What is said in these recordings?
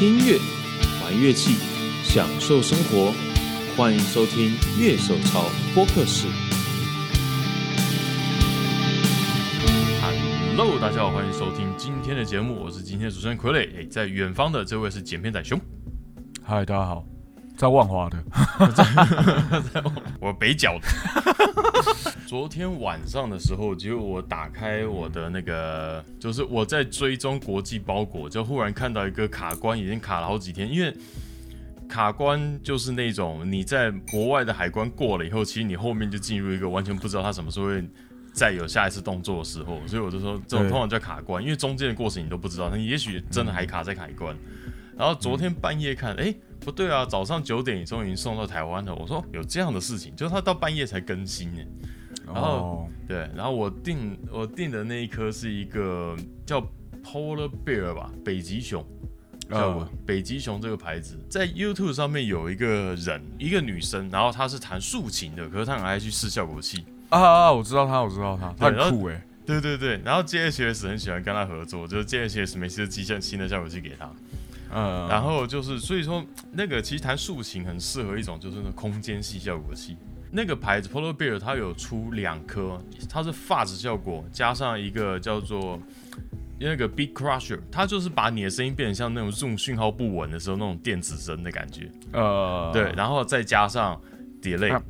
音乐，玩乐器，享受生活。欢迎收听乐手潮播客室。Hello， 大家好，欢迎收听今天的节目，我是今天的主持人傀儡。在远方的这位是剪片仔熊。 嗨，大家好，在万华的， 我北角的。昨天晚上的时候，结果我打开我的那个，就是我在追踪国际包裹，就忽然看到一个卡关，已经卡了好几天。因为卡关就是那种你在国外的海关过了以后，其实你后面就进入一个完全不知道它什么时候会再有下一次动作的时候，所以我就说这种通常叫卡关，因为中间的过程你都不知道，你也许真的还卡在海关。然后昨天半夜看，不对啊，早上9点终于送到台湾了。我说有这样的事情，就是他到半夜才更新耶。然后对，然后我订的那一颗是一个叫 Polar Bear 吧，北极熊。北极熊这个牌子，在 YouTube 上面有一个人，一个女生，然后她是弹竖琴的，可是她很爱去试效果器啊！我知道她，她很酷哎。 对对对，然后 JHS 很喜欢跟她合作，就是 JHS 每次寄新的效果器给她。然后就是，所以说那个其实弹竖琴很适合一种就是那空间系效果器。那个牌子 Polar Bear 它有出2颗，它是发质效果加上一个叫做那个 Beat Crusher， 它就是把你的声音变成像那种 Zoom 讯号不稳的时候那种电子声的感觉。对，然后再加上 Delay，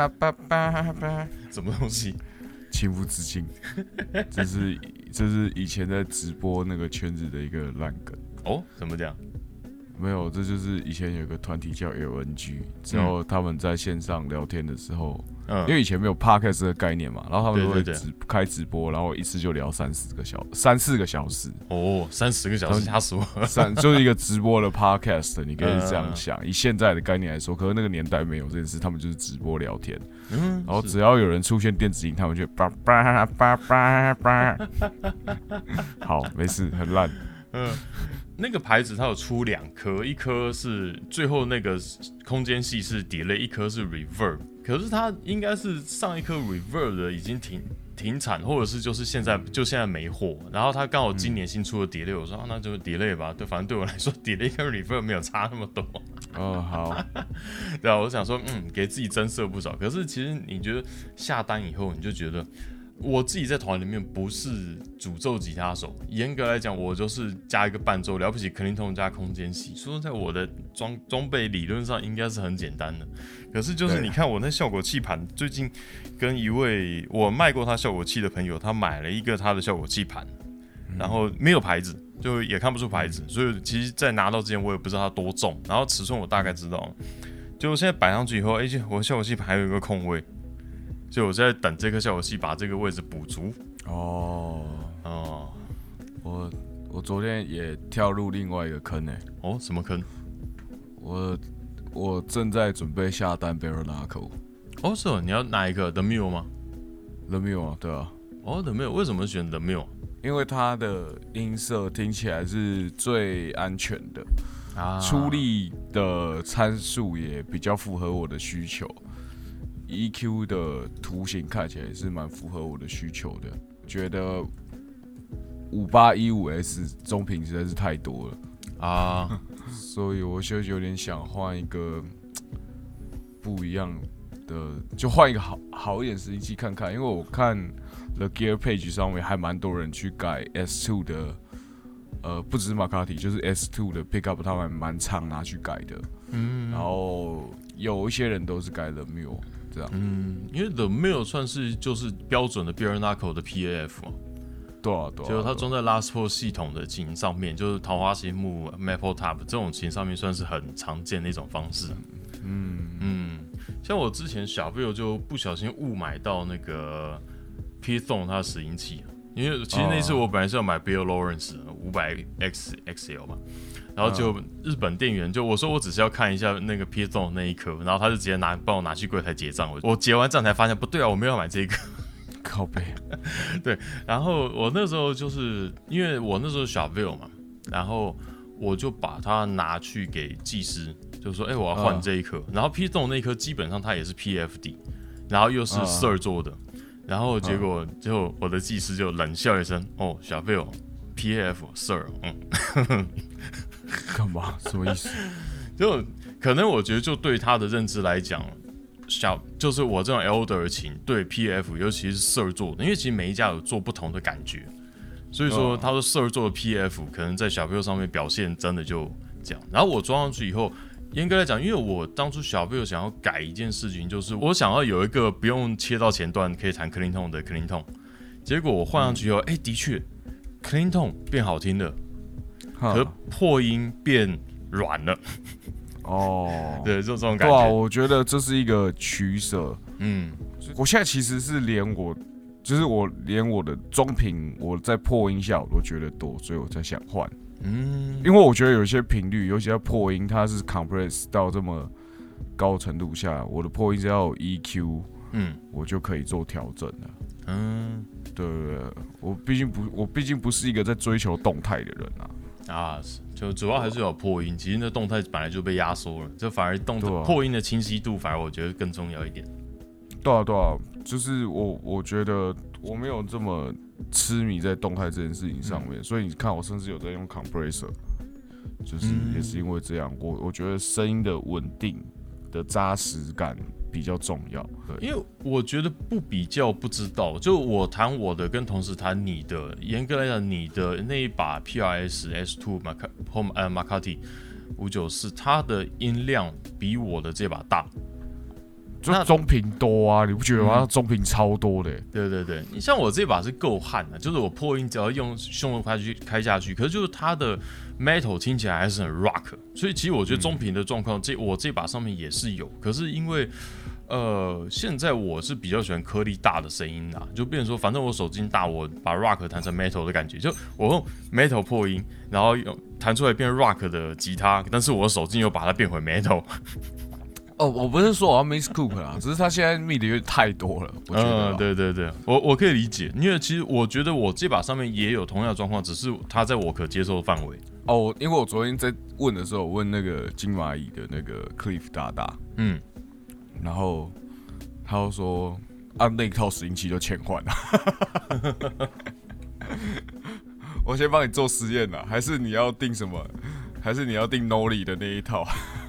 什么东西？ 情不自禁，这是以前在直播那个圈子的一个烂梗。 哦，怎么讲？ 没有，这就是以前有个团体叫 LNG， 之后他们在线上聊天的时候，因为以前没有 podcast 的概念嘛，然后他们都会开直播，然后一次就聊3、4个小时。哦 ，30个小时吓死我了！ 就是一个直播的 podcast， 你可以这样想。以现在的概念来说，可是那个年代没有这件事，他们就是直播聊天。然后只要有人出现电子音，他们就叭叭叭叭叭。好，没事，很烂。 那个牌子它有出2颗，一颗是最后那个空间系是 delay， 一颗是 reverb。可是它应该是上一颗 reverb 的已经停产，或者是就是现在没货。然后它刚好今年新出的 delay， 我说那就 delay 吧。对，反正对我来说 delay 跟 reverb 没有差那么多。 好。 对啊，我想说给自己增色不少。可是其实你觉得下单以后，你就觉得。我自己在团里面不是主奏吉他手，严格来讲，我就是加一个伴奏，了不起克林顿加空间系。说在我的装备理论上应该是很简单的，可是就是你看我那效果器盘，最近跟一位我卖过他效果器的朋友，他买了一个他的效果器盘，然后没有牌子，就也看不出牌子，所以其实在拿到之前我也不知道它多重，然后尺寸我大概知道，就现在摆上去以后，我的效果器盘还有一个空位。所以我在等这颗效果器把这个位置补足。 我昨天也跳入另外一个坑什么坑？ 我正在准备下单 Bare Knuckle。 是哦，你要哪一个 The Mule 吗 ？The Mule 啊，对啊。 The Mule 为什么选 The Mule？ 因为它的音色听起来是最安全的，出力的参数也比较符合我的需求。EQ 的图形看起来也是蛮符合我的需求的，觉得5815S 中频实在是太多了所以我就有点想换一个不一样的，就换一个好一点拾音器看看，因为我看 The Gear Page 上面还蛮多人去改 S2 的，不只是马卡提，就是 S2 的 Pickup 他们蛮常拿去改的，然后有一些人都是改了 Mule。这样， 因为 The Mule 算是就是标准的 Bare Knuckle 的 PAF 嘛， 对啊， 就是它装在 Les Paul 系统的琴上面，就是桃花心木 Maple Top 这种琴上面算是很常见的一种方式。像我之前小朋友就不小心误买到那个 Python 它的拾音器，因为其实那次我本来是要买 Bill Lawrence 500XL 嘛。然后就日本店员就我说我只是要看一下那个 Python 那一颗，然后他就直接帮我拿去柜台结账。我结完账才发现不对啊，我没有买这个。 靠北。 对，然后我那时候就是因为我那时候小 Bill 嘛，然后我就把它拿去给技师，就说我要换这一颗。然后 Python 那一颗基本上它也是 PFD， 然后又是 Sir 做的，然后结果就我的技师就冷笑一声，小 Bill PAF Sir， 干嘛？什么意思？ 就可能我觉得，就对他的认知来讲，就是我这种 Elder 琴对 PF， 尤其是 Sir 做的，因为其实每一家有做不同的感觉，所以说他说 Sir 做的 PF 可能在小朋友上面表现真的就这样。然后我装上去以后，严格来讲，因为我当初小朋友想要改一件事情，就是我想要有一个不用切到前段可以弹 clean tone 的 clean tone， 结果我换上去以后，的确 clean tone 变好听了，可是破音变软了。哦，对，就这种感觉。 对啊，我觉得这是一个取舍。我现在其实是连我的中频，我在破音下我都觉得多，所以我才想换。因为我觉得有些频率，尤其在破音，它是 compress 到这么高程度下，我的破音只要有 EQ，我就可以做调整了。对，我毕竟不是一个在追求动态的人啊。就主要还是有破音，其实那动态本来就被压缩了，就反而破音的清晰度反而我觉得更重要一点。对啊，就是我觉得我没有这么痴迷在动态这件事情上面，所以你看我甚至有在用 compressor， 就是也是因为这样，我觉得声音的稳定的扎实感比较重要。因为我觉得不比较不知道，就我弹我的跟同时弹你的，严格来讲，你的那一把 PRS S2 Makati 594，它的音量比我的这把大。就中频多啊，你不觉得吗？中频超多的。对，你像我这把是够悍的，就是我破音只要用胸口开下去，可是就是它的 metal 听起来还是很 rock， 所以其实我觉得中频的状况，我这把上面也是有，可是因为现在我是比较喜欢颗粒大的声音啦，就变成说，反正我手劲大，我把 rock 弹成 metal 的感觉，就我用 metal 破音，然后弹出来变 rock 的吉他，但是我的手劲又把它变回 metal。我不是说我要 mix cook 啦，只是他现在 mid 有点太多了，我觉得。对，我可以理解，因为其实我觉得我这把上面也有同样的状况，只是它在我可接受的范围。因为我昨天在问的时候，我问那个金蚂蚁的那个 Cliff 大大，然后他就说，那一套拾音器就欠换了。我先帮你做实验啦，还是你要定什么？还是你要订 Noli 的那一套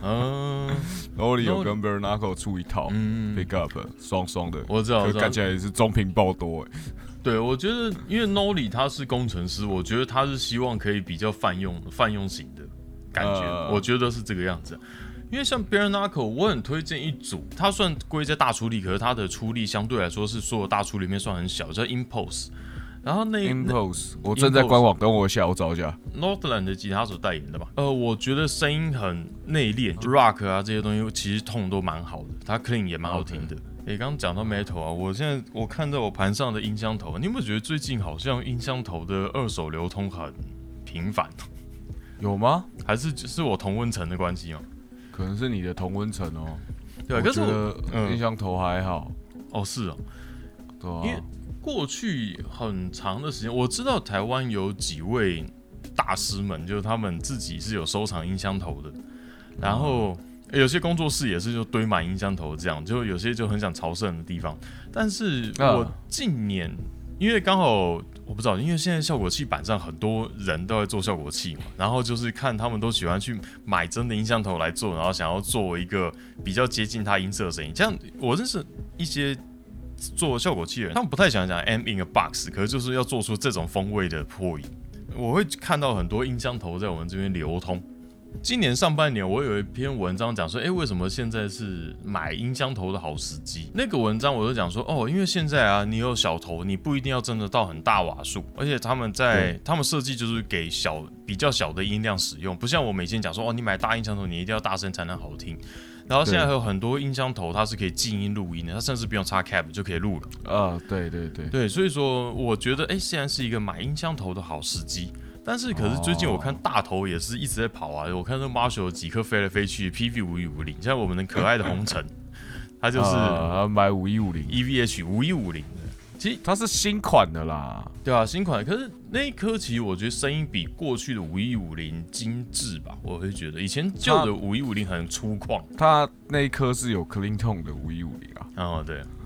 ？Noli 有跟 Bernacle 出一套，Pick Up 双的，我知道，看起来也是中频爆多。对，我觉得因为 Noli 他是工程师，我觉得他是希望可以比较泛用型的感觉，我觉得是这个样子。因为像 Bernacle， 我很推荐一组，它算归在大出力，可是它的出力相对来说是所有大出里面算很小，叫 Impulse。然后Impulse， 我正在官网，等我一下，我找一下。Northland 的吉他手代言的吧？我觉得声音很内敛，就 rock 啊这些东西，其实痛都蛮好的，它 clean 也蛮好听的。刚刚讲到 metal 啊，我看到我盘上的音箱头，你有没有觉得最近好像音箱头的二手流通很频繁？有吗？还是我同温层的关系吗？可能是你的同温层哦。对，可是我音箱头还好。是哦。对啊。因为过去很长的时间，我知道台湾有几位大师们，就是他们自己是有收藏音箱头的，然后有些工作室也是就堆满音箱头这样，就有些就很想朝圣的地方。但是我近年，因为刚好我不知道，因为现在效果器板上很多人都在做效果器嘛，然后就是看他们都喜欢去买真的音箱头来做，然后想要做一个比较接近它音色的声音。这样我认识一些做效果器的人，他们不太想讲 M in a box， 可是就是要做出这种风味的破音。我会看到很多音箱头在我们这边流通。今年上半年，我有一篇文章讲说，为什么现在是买音箱头的好时机？那个文章我就讲说，因为现在啊，你有小头，你不一定要真的到很大瓦数，而且他们设计就是给比较小的音量使用，不像我们以前讲说，你买大音箱头，你一定要大声才能好听。然后现在还有很多音箱头，它是可以静音录音的，它甚至不用插 cab 就可以录了。对，所以说我觉得，现在是一个买音箱头的好时机。但是，可是最近我看大头也是一直在跑啊，我看那 Marshall 有几颗飞来飞去 ，PV5150，像我们的可爱的红尘，他就是买5150 EVH 5150的，其实它是新款的啦，对啊，新款。可是那一颗其实我觉得声音比过去的5150精致吧，我会觉得以前旧的5150很粗犷，它那一颗是有 clean tone 的5150啊，对。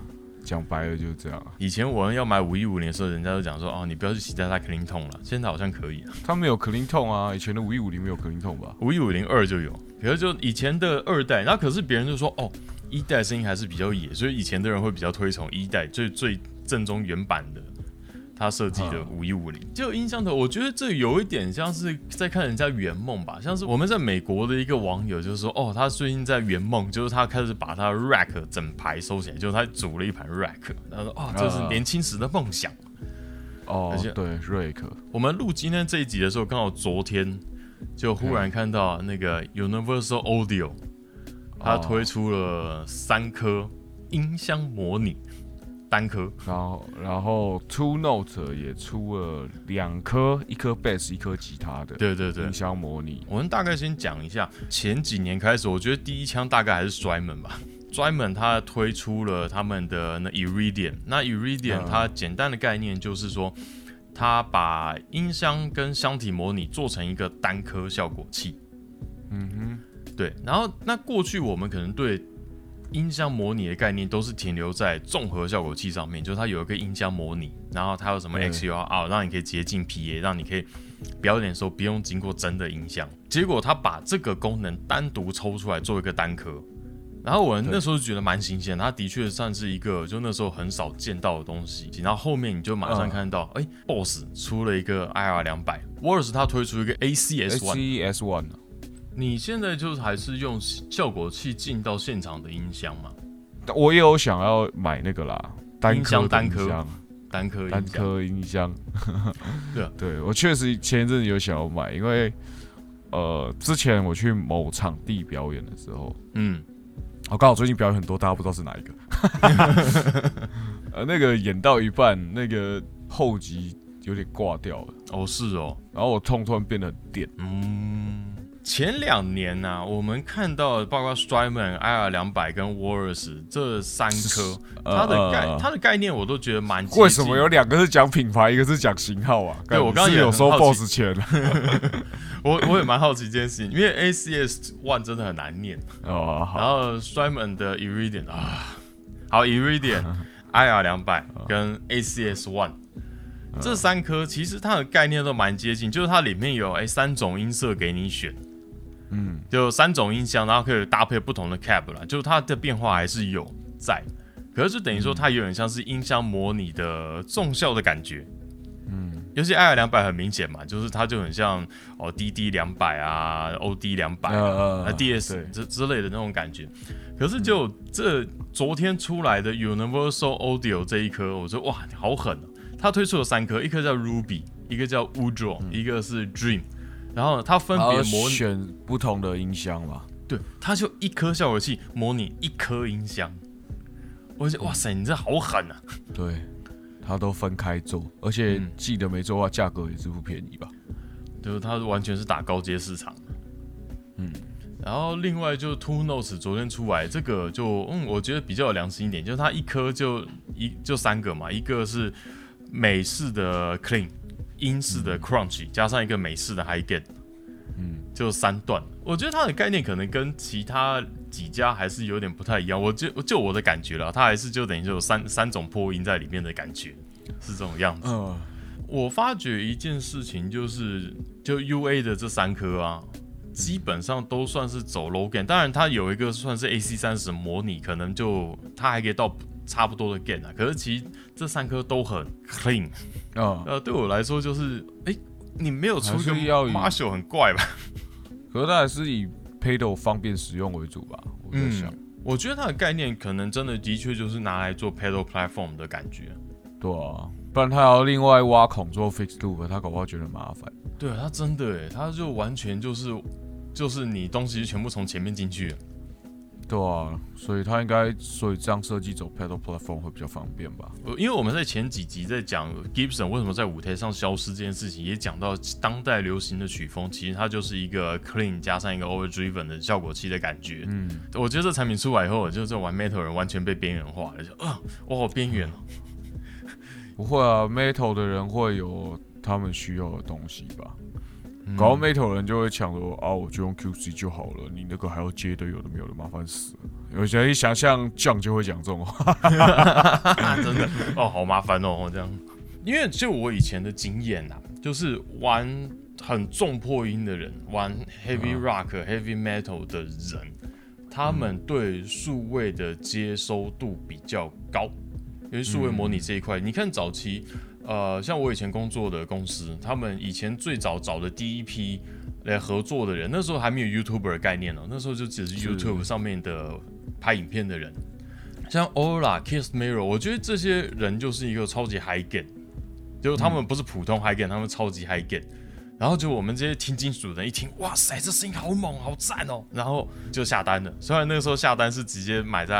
讲白了就是这样。 以前我要买5150的时候，人家就讲说，哦，你不要去期待它 clean tone 了。现在好像可以了。 它没有 clean tone 啊，以前的5150没有 clean tone 吧 ？5150-2就有，可是就以前的2代，然后可是别人就说，哦，1代声音还是比较野，所以以前的人会比较推崇1代最正宗原版的。他设计的5150，就音箱头，我觉得这有一点像是在看人家圆梦吧，像是我们在美国的一个网友就是说，哦，他最近在圆梦，就是他开始把他的 rack 整排收起来，就是他组了一盘 rack， 他说，哦，这是年轻时的梦想。 哦，对 rack。 我们录今天这一集的时候，刚好昨天就忽然看到那个 Universal Audio， 他推出了3颗音箱模拟。单颗， 然后 Two Note 也出了2颗，一颗 bass， 一颗吉他的， 对， 音箱模拟。 我们大概先讲一下，前几年开始，我觉得第一枪大概还是 Strymon 吧。Strymon 他推出了他们的那 Iridium， 那 Iridium 它简单的概念就是说，它把音箱跟箱体模拟做成一个单颗效果器。对。然后那过去我们可能对音箱模拟的概念都是停留在综合效果器上面，就是它有一个音箱模拟，然后它有什么 XLR 让你可以直接进 PA， 让你可以表演的时候不用经过真的音箱。结果它把这个功能单独抽出来做一个单颗，然后我那时候就觉得蛮新鲜，它的确算是一个就那时候很少见到的东西。然后后面你就马上看到，Boss 出了一个 IR200，Walrus 它推出一个 ACS1。你现在就是还是用效果器进到现场的音箱吗？ 我也有想要买那个啦，单颗音箱。对，我确实前一阵子有想要买，因为之前我去某场地表演的时候，我刚好最近表演很多，大家不知道是哪一个。那个演到一半，那个后级有点挂掉了。 哦，是哦。 然后我突然变得很电。 前2年啊，我们看到包括 Strymon、IR200 跟 Walrus 这3颗，它的概念我都觉得蛮接近。 为什么有2个是讲品牌，一个是讲型号啊？ 对，我刚刚也有收 Boss 钱。 我也蛮好奇这件事情，因为 ACS1 真的很难念。然后 Strymon 的 Iridium 好 Iridium、IR200 跟 ACS1。这3颗其实它的概念都蛮接近，就是它里面有3种音色给你选，就3种音箱，然后可以搭配不同的 cab 啦，就它的变化还是有在，可是就等于说它有点像是音箱模拟的重效的感觉，尤其 IR200 很明显嘛，就是它就很像DD200 啊、OD200 啊、DS 之类的那种感觉。可是就这昨天出来的 Universal Audio 这一颗，我说哇，好狠啊！它推出了3颗，一颗叫 Ruby， 一个叫 Udro， 一个是 Dream， 然后它分别模拟选不同的音箱嘛。 对，它就1颗效果器模拟1颗音箱。我觉得哇塞，你这好狠啊！ 对，它都分开做，而且记得没错的话，价格也是不便宜吧？ 就是它完全是打高阶市场。然后另外就 Two Notes 昨天出来，这个就我觉得比较有良心一点，就是它1颗就3个嘛，一个是美式的 clean， 英式的 crunch， 加上一个美式的 high gain， 就3段。我觉得它的概念可能跟其他几家还是有点不太一样。就我的感觉啦，它还是就等于就有三种破音在里面的感觉，是这种样子。我发觉一件事情就是，就 UA 的这3颗啊，基本上都算是走 low gain。当然，它有一个算是 AC30 模拟，可能就它还可以到差不多的 gain 啊。可是其实这3颗都很 clean。对我来说就是，你没有出一个 Marshall 很怪吧？ 可是它还是以 pedal 方便使用为主吧？我在想， 我觉得它的概念可能真的确就是拿来做 pedal platform 的感觉。 对啊，不然它要另外挖孔做 fixed loop， 他搞不好觉得麻烦。 对啊，它真的它就完全就是你东西全部从前面进去了。 对啊，所以这样设计走 pedal platform 会比较方便吧？ 因为我们在前几集在讲 Gibson 为什么在舞台上消失这件事情，也讲到当代流行的曲风，其实它就是一个 clean 加上一个 overdriven 的效果器的感觉。我觉得这产品出来以后，就这玩 metal 的人完全被边缘化了，我好边缘哦。 不会啊 ，metal 的人会有他们需要的东西吧？搞到 metal 人就会抢说我就用 QC 就好了，你那个还要接的有的没有的，麻烦死了。 我觉得一想象 John 就会讲这种话， 真的哦，好麻烦哦，这样。因为就我以前的经验啊，就是玩很重破音的人，玩 heavy rock、heavy metal 的人，他们对数位的接收度比较高，因为数位模拟这一块，你看早期，像我以前工作的公司，他们以前最早找的第一批来合作的人，那时候还没有 YouTuber 的概念哦，那时候就只是 YouTube 上面的拍影片的人，像 Aura、Kiss Mirror， 我觉得这些人就是一个超级 high gain。就是他们不是普通 high gain，他们超级 high gain。然后就我们这些听金属的人一听，哇塞，这声音好猛，好赞哦！然后就下单了。虽然那个时候下单是直接买在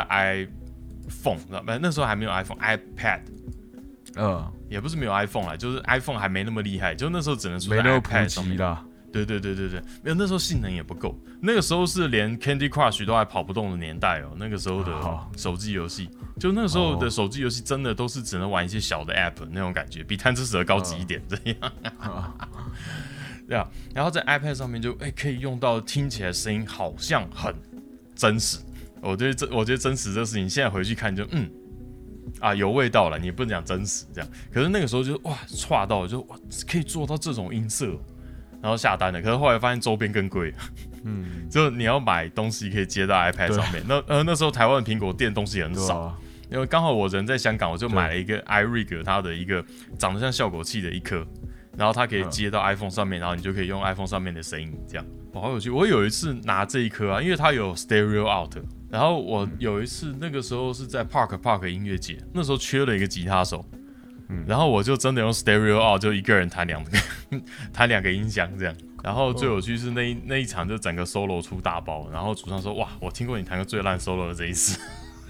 iPhone， 那时候还没有 iPhone，iPad， 也不是没有 iPhone 啦，就是 iPhone 还没那么厉害，就那时候只能出在 iPad 上面啦。对，没有那时候性能也不够，那个时候是连 Candy Crush 都还跑不动的年代哦。那个时候的手机游戏，就那时候的手机游戏真的都是只能玩一些小的 App 那种感觉，比贪吃蛇高级一点这样。对啊，然后在 iPad 上面就可以用到听起来声音好像很真实。我觉得真实这事情，现在回去看就有味道了，你也不能讲真实这样。可是那个时候就哇歘到就哇可以做到这种音色。然后下单了，可是后来发现周边更贵，就你要买东西可以接到 iPad 上面。那时候台湾的苹果店东西很少，因为刚好我人在香港，我就买了一个 iRig 它的一个长得像效果器的一颗，然后它可以接到 iPhone 上面，然后你就可以用 iPhone 上面的声音，这样好有趣。我有一次拿这一颗因为它有 Stereo Out， 然后我有一次那个时候是在 Park 音乐节，那时候缺了一个吉他手。然后我就真的用 Stereo Out， 就一个人弹两个音箱这样。然后最有趣是那一场就整个 solo 出大包，然后主唱说：“哇，我听过你弹过最烂 solo 的这一次。”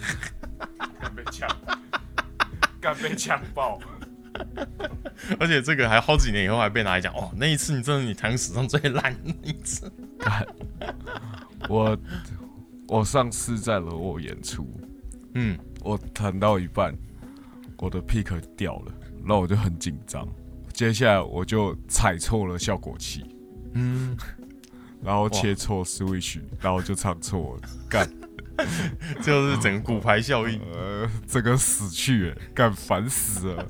干被呛爆！ 而且这个还好几年以后还被拿来讲哦，那一次你真的你弹史上最烂的那一次。 我上次在了我演出，我弹到一半。我的 pick 掉了，然后我就很紧张。接下来我就踩错了效果器，然后切错 switch， 然后就唱错了，干， 就是整个骨牌效应， 整个死去，干烦死了。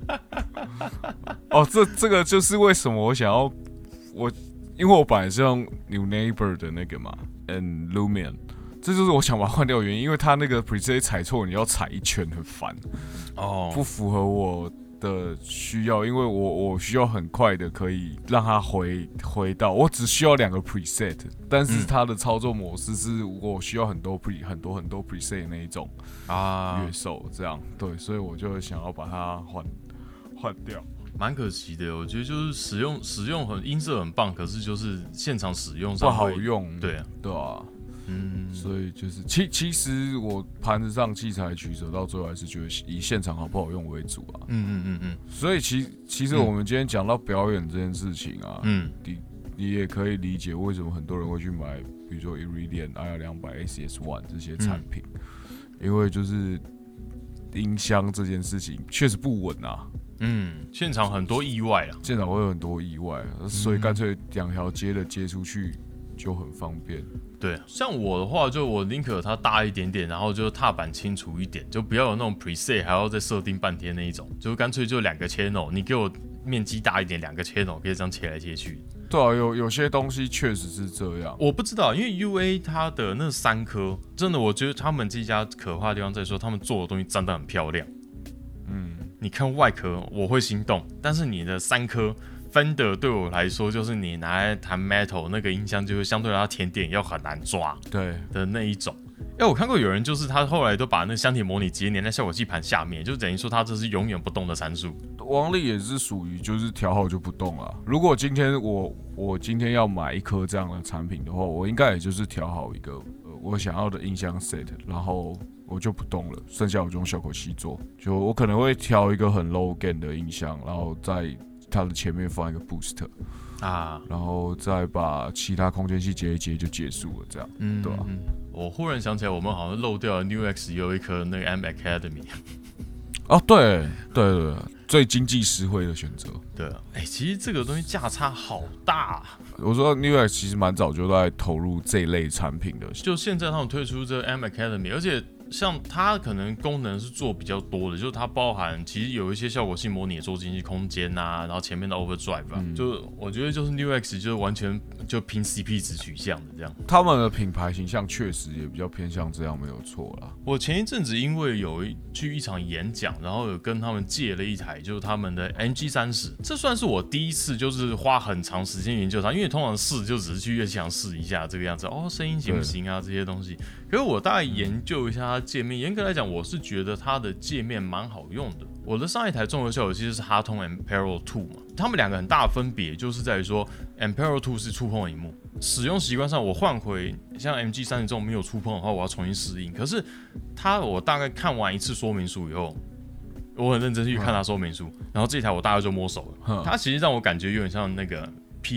这个就是为什么我想要因为我本来是用 New Neighbor 的那个嘛 ，and Lumion。这就是我想把它换掉的原因，因为它那个 preset 踩错，你要踩一圈很烦，不符合我的需要，因为我需要很快的可以让它回到，我只需要2个 preset， 但是它的操作模式是我需要很多 preset 的那一种乐手这样，对，所以我就想要把它换掉。 蛮可惜的，我觉得就是使用音色很棒，可是就是现场使用上不好用， 对啊。 所以就是其实我盘子上器材取舍到最后还是觉得以现场好不好用为主啊。所以其实我们今天讲到表演这件事情啊，你也可以理解为什么很多人会去买，比如说 Iridium、IR200、ACS1 这些产品，因为就是音箱这件事情确实不稳啊。 现场很多意外啊， 现场会有很多意外，所以干脆2条街的接出去就很方便。 对，像我的话，就我宁可它大一点点，然后就踏板清楚一点，就不要有那种 preset 还要再设定半天那一种，就干脆就2个 channel， 你给我面积大一点，2个 channel 可以这样切来切去。 对啊，有些东西确实是这样。 我不知道，因为 UA 它的那3颗，真的我觉得他们这家可怕的地方在说，他们做的东西真的很漂亮。你看外壳我会心动，但是你的3颗。Fender 对我来说，就是你拿来弹 metal 那个音箱，就会相对来说甜点要很难抓的那一种。我看过有人就是他后来都把那个箱体模拟直接粘在效果器盘下面，就等于说他这是永远不动的参数。 王力也是属于就是调好就不动啊。如果今天我今天要买一颗这样的产品的话，我应该也就是调好一个我想要的音箱 set， 然后我就不动了，剩下我就用效果器做。就我可能会调一个很 low gain 的音箱，然后在它的前面放一个 boost 然后再把其他空间器接一接就结束了，这样，对吧？ 我忽然想起来，我们好像漏掉了 New X 有一颗那个 M Academy。 对， 最经济实惠的选择。 对啊，其实这个东西价差好大啊。 我说 Nuix 其实蛮早就在投入这一类产品的， 就现在他们推出这个 M Academy， 而且像它可能功能是做比较多的，就是它包含其实有一些效果性模拟也做进去空间啊，然后前面的 Overdrive 啊，就我觉得就是 Nuix 就是完全就拼 CP 值取向的这样。 他们的品牌形象确实也比较偏向这样，没有错啦。 我前一阵子因为去一场演讲，然后有跟他们借了一台就是他们的 MG30，这算是我第一次就是花很长时间研究它，因为通常试就只是去乐器行试一下这个样子，声音行不行啊这些东西。可是我大概研究一下它界面，严格来讲，我是觉得它的界面蛮好用的。我的上一台综合效果器是 Hartone Ampero 2嘛，他们两个很大的分别就是在于说 Ampero 2是触碰萤幕，使用习惯上我换回像 MG30 这种没有触碰的话，我要重新适应。可是我大概看完一次说明书以后，我很认真去看它说明书，然后这台我大概就摸手了。它其实让我感觉有点像那个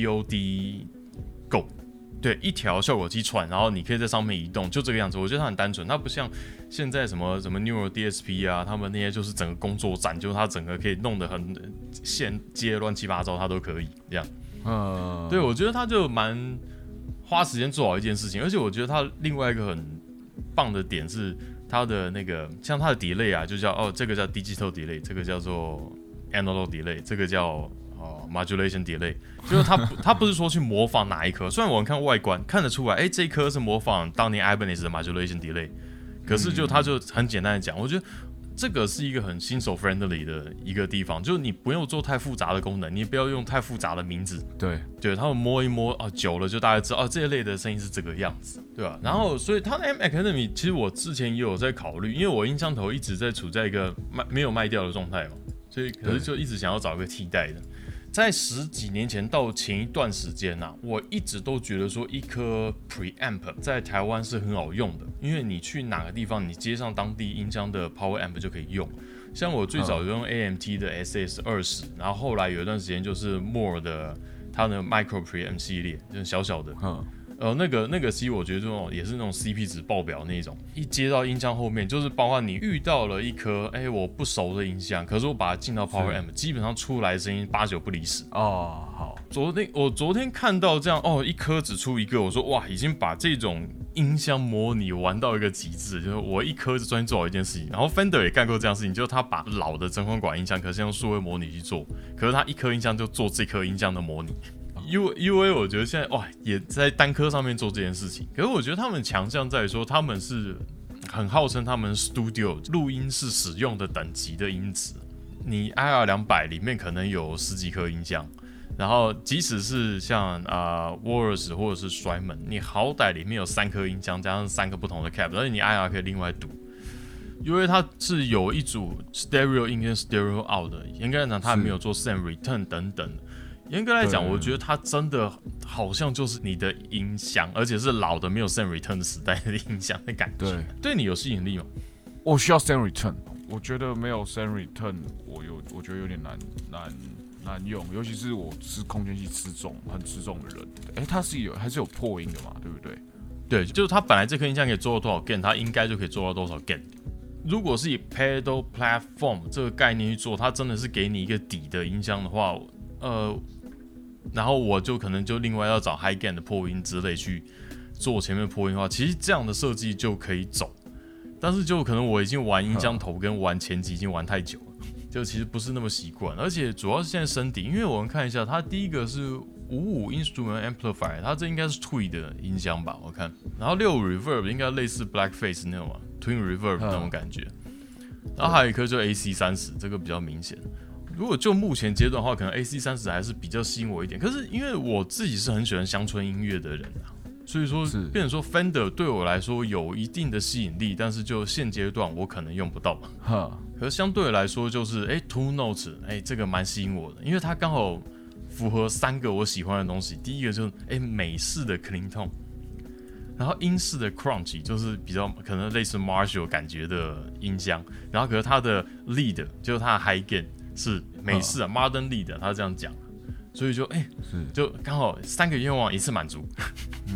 POD Go。对，一条效果器串，然后你可以在上面移动，就这个样子。我觉得它很单纯，它不像现在什么 Neural DSP 啊，他们那些就是整个工作站，就是它整个可以弄得很线接乱七八糟，它都可以这样。对，我觉得它就蛮花时间做好一件事情，而且我觉得它另外一个很棒的点是它的那个像它的 delay 啊，就叫这个叫 digital delay， 这个叫做 analog delay， 这个叫modulation delay， 就是它不是说去模仿哪一颗，虽然我们看外观看得出来，这一颗是模仿当年 Ibanez 的 modulation delay， 可是它就很简单的讲，我觉得这个是一个很新手 friendly 的一个地方，就是你不用做太复杂的功能，你也不要用太复杂的名字，对，他们摸一摸久了就大家知道这一类的声音是这个样子，对吧？然后所以它的 M Academy 其实我之前也有在考虑，因为我音箱头一直在处在一个没有卖掉的状态嘛，所以可是就一直想要找一个替代的。在10几年前到前一段时间我一直都觉得说一颗 preamp 在台湾是很好用的，因为你去哪个地方，你接上当地音箱的 power amp 就可以用。像我最早用 AMT 的 SS20， 然后后来有一段时间就是 More 的它的 micro preamp 系列，就是小小的。那个 C 我觉得这种也是那种 CP 值爆表那种，一接到音箱后面，就是包括你遇到了一颗我不熟的音箱，可是我把它进到 Power Amp， 基本上出来的声音8、9不离10。好，我昨天看到这样一颗只出一个，我说哇，已经把这种音箱模拟玩到一个极致，就是我一颗就专心做好一件事情。然后 Fender 也干过这样的事情，就是他把老的真空管音箱，可是用数位模拟去做，可是他一颗音箱就做这颗音箱的模拟。UA 我觉得现在也在单颗上面做这件事情，可是我觉得他们强项在于说他们是很号称他们 Studio 录音室使用的等级的音质，你 IR200 里面可能有10几颗音箱，然后即使是像Walrus 或者是 Strymon， 你好歹里面有3颗音箱加上3个不同的 cap， 而且你 IR 可以另外读。因为它是有一组 Stereo in 跟 Stereo out 的，严格来讲它还没有做 Send Return 等等。严格来讲，我觉得它真的好像就是你的音箱，而且是老的没有 Send Return 的时代的音箱的感觉。对你有吸引力吗？ 我需要 Send Return， 我觉得没有 Send Return， 我觉得有点难用，尤其是我是空间系很吃重的人。它还是有破音的嘛，对不对？ 对，就是它本来这颗音箱可以做到多少 gain， 它应该就可以做到多少 gain。如果是以 pedal platform 这个概念去做，它真的是给你一个底的音箱的话，然后我就可能就另外要找 high gain 的破音之类去做前面破音的话，其实这样的设计就可以走。但是就可能我已经玩音箱头跟玩前级已经玩太久了，就其实不是那么习惯。而且主要是现在升底，因为我们看一下，它第一个是55 instrument amplifier， 它这应该是 Tweed 的音箱吧，我看。然后65 reverb 应该类似 Blackface 那种Twin reverb 那种感觉。然后还有一颗就 AC30， 这个比较明显。如果就目前阶段的话，可能 AC30 还是比较吸引我一点。可是因为我自己是很喜欢乡村音乐的人所以说变成说 Fender 对我来说有一定的吸引力，但是就现阶段我可能用不到可是相对来说就是Two Notes 这个蛮吸引我的，因为它刚好符合3个我喜欢的东西。第一个就是美式的 clean tone， 然后英式的 crunch 就是比较可能类似 Marshall 感觉的音箱，然后可是它的 lead 就是它的 high gain 是美式modern lead， 他这样讲，所以就刚好3个愿望一次满足。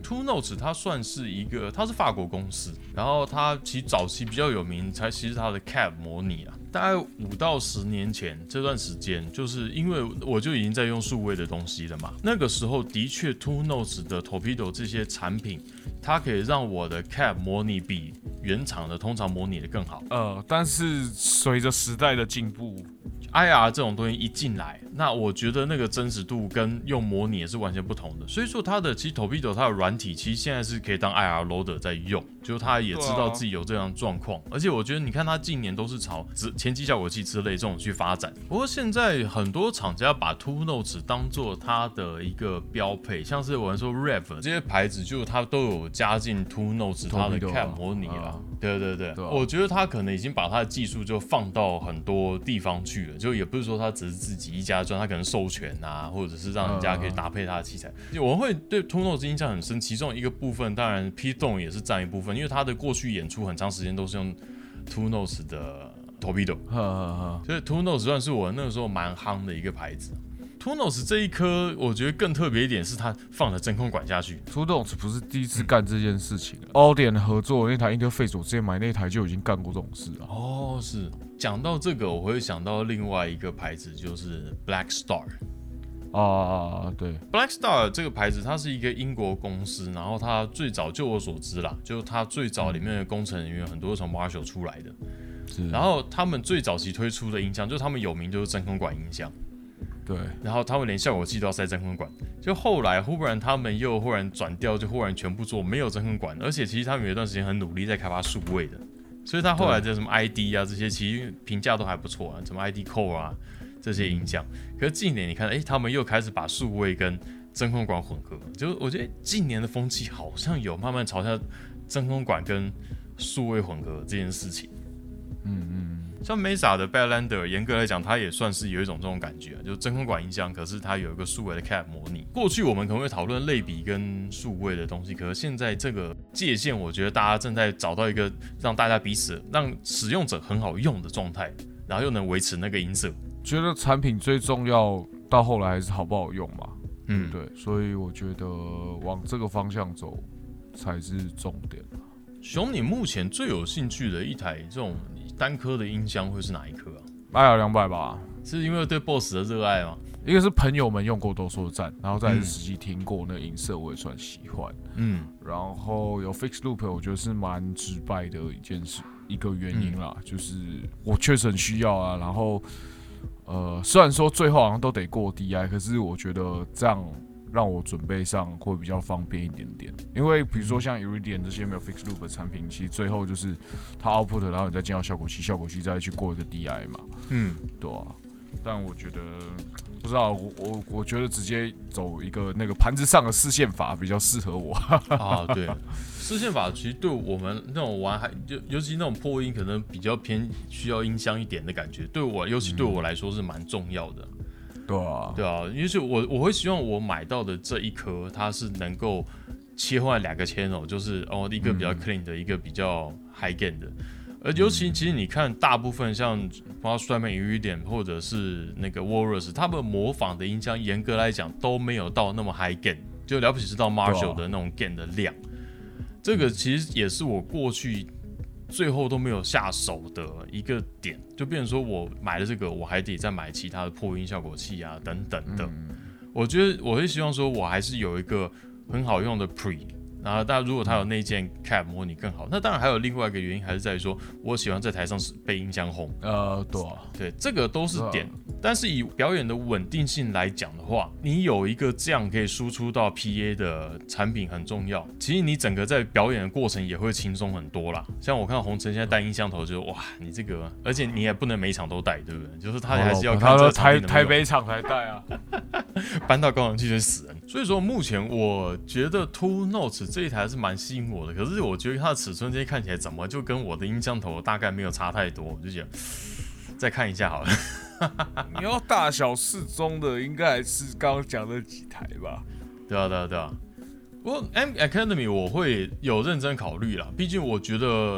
Two Notes 它算是它是法国公司，然后它其实早期比较有名，其实它的 CAD 模拟啊，大概5到10年前这段时间，就是因为我就已经在用数位的东西了嘛，那个时候的确 Two Notes 的 Torpedo 这些产品，它可以让我的 CAD 模拟比原厂的通常模拟的更好。 但是随着时代的进步 ，IR 这种东西一进来，那我觉得那个真实度跟用模拟也是完全不同的。所以说其实 Torpedo 它的软体其实现在是可以当 IR loader 在用，就是它也知道自己有这样的状况，而且我觉得你看它近年都是朝前期效果器之类这种去发展。不过现在很多厂家把 Two Notes 当做它的一个标配，像是我们说 Rev 这些牌子，就它都有加进 Two Notes 它的 CAD 模拟了。对，我觉得它可能已经把它的技术就放到很多地方去了，就也不是说它只是自己一家赚，它可能授权啊，或者是让人家可以搭配它的器材。我会对 Two Notes 印象很深，其中一个部分当然 Pete Tong 也是占一部分，因为他的过去演出很长时间都是用 Two Notes 的 Torpedo， 所以 Two Notes 算是我那个时候蛮夯的一个牌子。Two Notes 这一颗，我觉得更特别一点是它放了真空管下去。 Two Notes 不是第一次干这件事情了，Audien 合作那台 Interface 我之前买那台就已经干过这种事了。 哦，是。讲到这个，我会想到另外一个牌子，就是 Black Star。 对 ，Black Star 这个牌子，它是一个英国公司，然后它最早，就我所知啦，就它最早里面的工程人员很多是从 Marshall 出来的。然后他们最早期推出的音箱，就是他们有名就是真空管音箱。 对， 然后他们连效果器都要塞真空管，就后来忽然他们又忽然转调，就忽然全部做没有真空管，而且其实他们有一段时间很努力在开发数位的，所以他后来的什么 ID 啊这些其实评价都还不错啊，什么 ID Core 啊这些音箱。可是近年你看，他们又开始把数位跟真空管混合，就我觉得近年的风气好像有慢慢朝向真空管跟数位混合这件事情。像 Mesa 的 Badlander， 严格来讲，它也算是有一种这种感觉，就是真空管音箱，可是它有一个数位的 CAD 模拟。过去我们可能会讨论类比跟数位的东西，可是现在这个界限，我觉得大家正在找到一个让大家彼此让使用者很好用的状态，然后又能维持那个音色。 觉得产品最重要，到后来还是好不好用嘛。对，所以我觉得往这个方向走才是重点。 熊，你目前最有兴趣的一台这种单颗的音箱会是哪一颗啊 ？IR200吧， 是因为对 BOSS 的热爱吗？ 一个是朋友们用过都说赞，然后再是实际听过那个音色，我也算喜欢。然后有 Fix Loop， 我觉得是蛮直白的一个原因啦，就是我确实很需要啊。然后虽然说最后好像都得过 DI， 可是我觉得这样让我准备上会比较方便一点点，因为比如说像 Iridium 这些没有 Fix Loop 的产品，其实最后就是它 output， 然后你再进到效果器，效果器再去过一个 DI 嘛。对啊。但我觉得不知道，我觉得直接走一个那个盘子上的视线法比较适合我。 对，视线法其实对我们那种玩尤其那种破音可能比较偏需要音箱一点的感觉，尤其对我来说是蛮重要的。对啊，因为我会希望我买到的这一颗，它是能够切换2个 channel， 就是一个比较 clean 的，一个比较 high gain 的。而尤其其实你看，大部分像包括 Strymon Iridium 或者是那个 Walrus， 他们模仿的音箱，严格来讲都没有到那么 high gain， 就了不起是到 Marshall 的那种 gain 的量。这个其实也是我过去最后都没有下手的一个点，就变成说我买了这个，我还得再买其他的破音效果器啊等等的。我觉得我会希望说，我还是有一个很好用的 Pre。然后，但如果它有内建 CAD 模拟更好。那当然还有另外一个原因，还是在于说我喜欢在台上被音箱轰。对，这个都是点。但是以表演的稳定性来讲的话，你有一个这样可以输出到 PA 的产品很重要。其实你整个在表演的过程也会轻松很多啦。像我看宏成现在带音箱头，就是哇，你这个，而且你也不能每场都带，对不对？就是他还是要看这个场地能不能用。 台北场才带啊， 搬到高雄去就死人。所以说目前我觉得 Two Notes 这一台是蛮吸引我的，可是我觉得它的尺寸这些看起来怎么就跟我的音箱头大概没有差太多，我就觉得再看一下好了。 你要大小适中的，应该还是刚刚讲的几台吧？ 对啊。不过 M Academy 我会有认真考虑啦，毕竟我觉得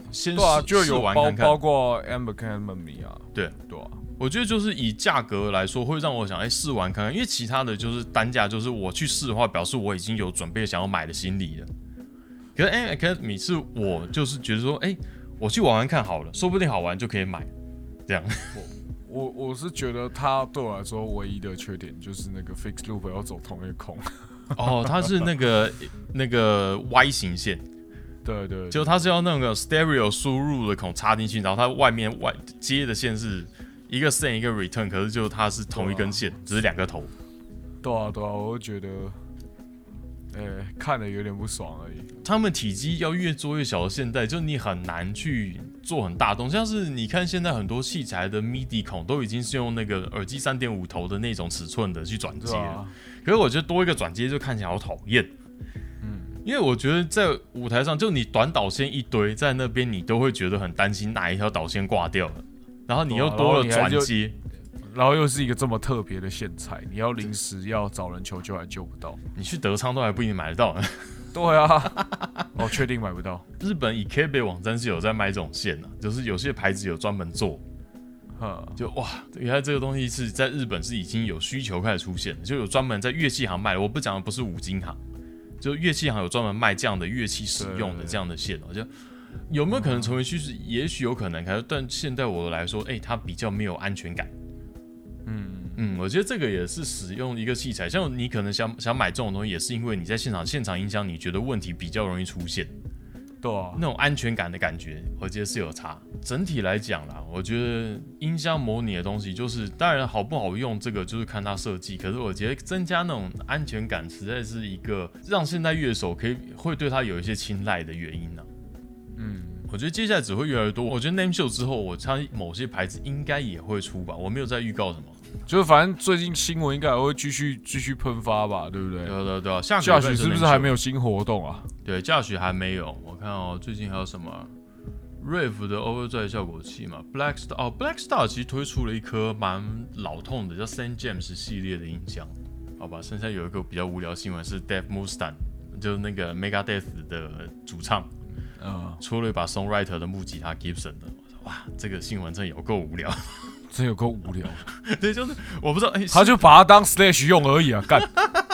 先对啊，就有包括 Amber Academy 啊， 对啊， 我觉得就是以价格来说，会让我想试玩看看，因为其他的就是单价，就是我去试的话，表示我已经有准备想要买的心理了。可是 Amber Academy 是我就是觉得说，我去玩玩看好了，说不定好玩就可以买，这样。 我是觉得它对我来说唯一的缺点就是那个 fix loop 要走同一个孔。 哦，它是那个 Y 型线， 对， 就它是要那个 stereo 输入的孔插进去，然后它外面接的线是一个 send 一个 return， 可是就它是同一根线，只是2个头。 对啊，我就觉得，看了有点不爽而已。 他们体积要越做越小的现代，就你很难去做很大动，像是你看现在很多器材的 MIDI 孔都已经是用那个耳机3.5头的那种尺寸的去转接了，可是我觉得多一个转接就看起来好讨厌。因为我觉得在舞台上，就你短导线一堆在那边，你都会觉得很担心哪一条导线挂掉了，然后你又多了转接， 然后又是一个这么特别的线材，你要临时要找人求救还救不到， 你去德昌都还不一定买得到呢。 对啊，我确定买不到。 日本以 K-Bay 网站是有在卖这种线的，就是有些牌子有专门做。就哇，原来这个东西是在日本是已经有需求开始出现的，就有专门在乐器行卖的。我不讲的不是五金行，就乐器行有专门卖这样的乐器使用的这样的线。就有没有可能成为趋势？也许有可能，但现在我来说，它比较没有安全感。我觉得这个也是使用一个器材，像你可能想买这种东西，也是因为你在现场音箱，你觉得问题比较容易出现， 对啊， 那种安全感的感觉，我觉得是有差。整体来讲啦，我觉得音箱模拟的东西，就是当然好不好用，这个就是看它设计，可是我觉得增加那种安全感，实在是一个让现代乐手会对它有一些青睐的原因啊。我觉得接下来只会越来越多。我觉得 Name Show 之后，我相信某些牌子应该也会出吧。我没有在预告什么， 就是反正最近新闻应该还会继续喷发吧，对不对？ 对啊。下许是不是还没有新活动啊？ 对，下许还没有。我看最近还有什么 Rave 的 Overdrive 效果器嘛 ，Black Star 其实推出了一颗蛮老痛的叫 Saint James 系列的音箱，好吧。剩下有一个比较无聊新闻是 Dave Mustaine， 就是那个 Megadeth 的主唱。出了一把 Songwriter 的木吉他 Gibson 的，哇，这个新闻真的有够无聊， 真有够无聊。 对，就是我不知道， 他就把它当 Slash 用而已啊，干。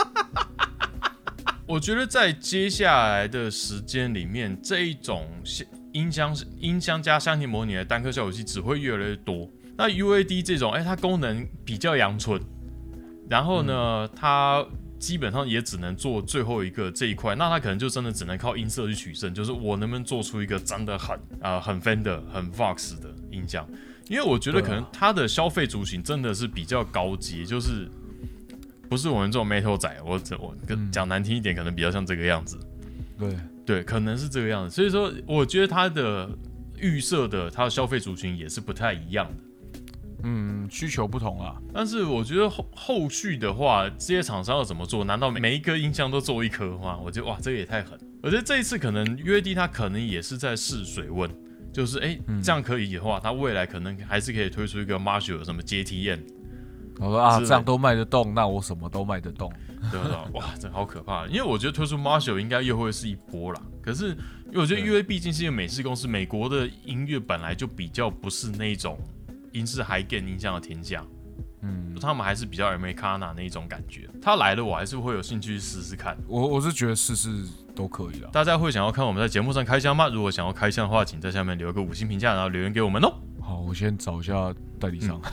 我觉得在接下来的时间里面，这一种音箱加箱体模拟的单颗效果器只会越来越多。那 UAD 这种，它功能比较阳春，然后呢，它基本上也只能做最后一个这一块，那他可能就真的只能靠音色去取胜，就是我能不能做出一个真的很Fender 很 Vox 的音箱，因为我觉得可能它的消费族群真的是比较高级，就是不是我们这种 metal 仔，我讲难听一点，可能比较像这个样子，对，可能是这个样子，所以说我觉得它的预设的它的消费族群也是不太一样的。 需求不同啦， 但是我觉得后续的话，这些厂商要怎么做？难道每一个音箱都做一颗吗？我觉得哇，这个也太狠。我觉得这一次可能 UAD 它可能也是在试水温，就是这样可以的话，它未来可能还是可以推出一个 Marshall 有什么 JTM。 我说这样都卖得动，那我什么都卖得动， 对不对？哇，这好可怕！因为我觉得推出 Marshall 应该又会是一波啦。可是因为我觉得 UAD 毕竟是一个美式公司，美国的音乐本来就比较不是那种英式 high gain 音箱的天下，他们还是比较 Americana 那一种感觉。他来了，我还是会有兴趣试试看。 我是觉得试都可以啦。 大家会想要看我们在节目上开箱吗？如果想要开箱的话，请在下面留个5星评价，然后留言给我们哦。 好，我先找一下代理商。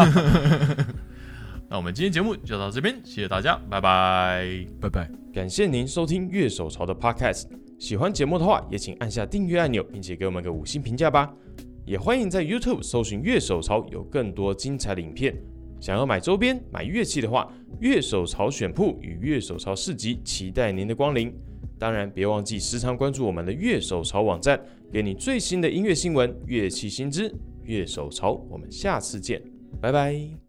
那我们今天节目就到这边，谢谢大家，拜拜， 拜拜。 感谢您收听乐手潮的 Podcast。喜欢节目的话，也请按下订阅按钮，并且给我们个5星评价吧。也欢迎在 YouTube 搜寻乐手潮，有更多精彩的影片。想要买周边、买乐器的话，乐手潮选铺与乐手潮市集期待您的光临。当然，别忘记时常关注我们的乐手潮网站，给你最新的音乐新闻、乐器新知。乐手潮，我们下次见，拜拜。